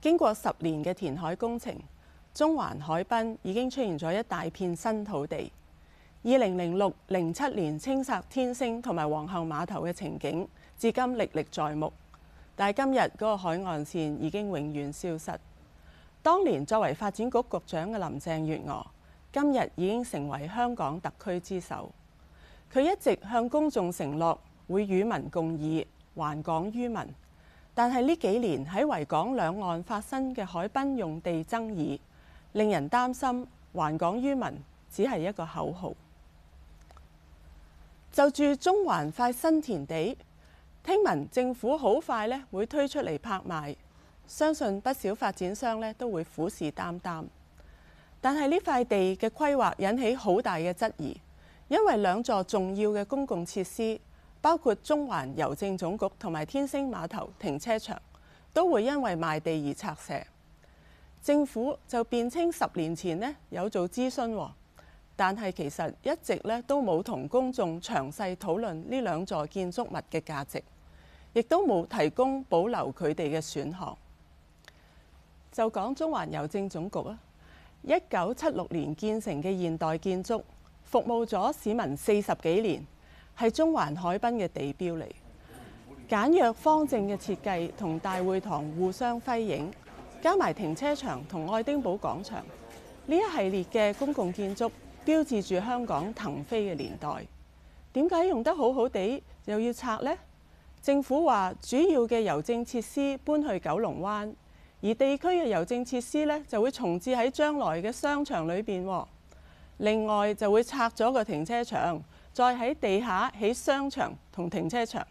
經過10年嘅填海工程，中環海濱已經出現咗一大片新土地。2006、07年清拆天星同埋皇后碼頭嘅情景，至今歷歷在目。但係今日嗰個海岸線已經永遠消失。當年作為發展局局長嘅林鄭月娥，今日已經成為香港特區之首。佢一直向公眾承諾會與民共議，還港於民。但係呢幾年喺維港兩岸發生嘅海濱用地爭議，令人擔心還港於民只係一個口號。就住中環塊新田地，聽聞政府好快會推出嚟拍賣，相信不少發展商都會虎視眈眈。但係呢塊地嘅規劃引起好大嘅質疑，因為兩座重要嘅公共設施，包括中環郵政總局同埋天星碼頭停車場，都會因為賣地而拆卸。政府就辯稱10年前有做諮詢，但係其實一直都冇同公眾詳細討論呢兩座建築物嘅價值，亦都冇提供保留佢哋嘅選項。就講中環郵政總局啊，1976年建成嘅現代建築，服務咗市民40幾年。係中環海濱嘅地標嚟，簡約方正嘅設計同大會堂互相輝映，加埋停車場同愛丁堡廣場呢一系列嘅公共建築，標誌住香港騰飛嘅年代。點解用得好好地又要拆呢？政府話主要嘅郵政設施搬去九龍灣，而地區嘅郵政設施就會重置喺將來嘅商場裏邊。另外就會拆咗個停車場，再喺地下起商場同停車場。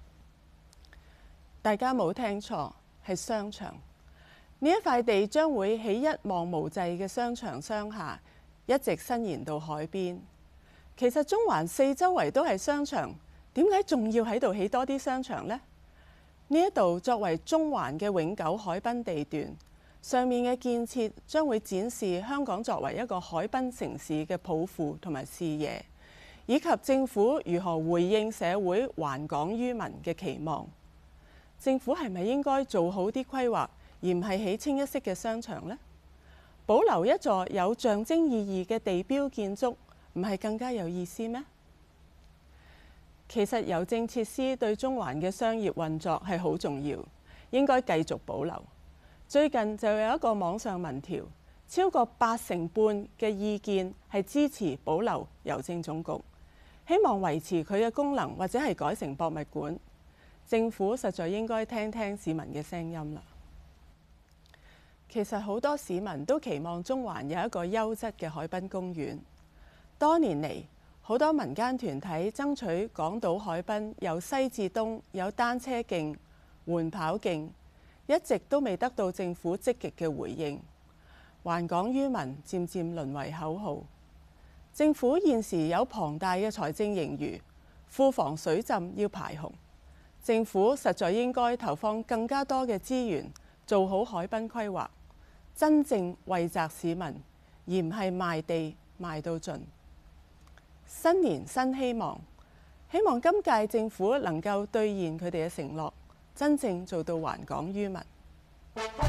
大家冇聽錯，係商場。呢一塊地將會起一望無際嘅商場商廈，一直伸延到海邊。其實中環四周圍都係商場，點解仲要喺度起多啲商場呢？呢一度作為中環嘅永久海濱地段，上面嘅建設將會展示香港作為一個海濱城市嘅抱負同埋視野，以及政府如何回應社會還港於民嘅期望。政府係咪應該做好啲規劃，而唔係起清一色嘅商場呢？保留一座有象徵意義嘅地標建築，唔係更加有意思咩？其實郵政設施對中環嘅商業運作係好重要，應該繼續保留。最近就有一個網上民調，超過80%半嘅意見係支持保留郵政總局，希望維持佢嘅功能或者係改成博物館。政府實在應該聽聽市民嘅聲音啦。其實好多市民都期望中環有一個優質嘅海濱公園。多年嚟，好多民間團體爭取港島海濱由西至東有單車徑、緩跑徑，一直都未得到政府積極嘅回應。還港於民漸漸淪為口號。政府現時有龐大嘅財政盈餘，庫房水浸要排洪。政府實在應該投放更加多嘅資源，做好海濱規劃，真正惠澤市民，而唔係賣地賣到盡。新年新希望，希望今屆政府能夠兌現佢哋嘅承諾，真正做到還港於民。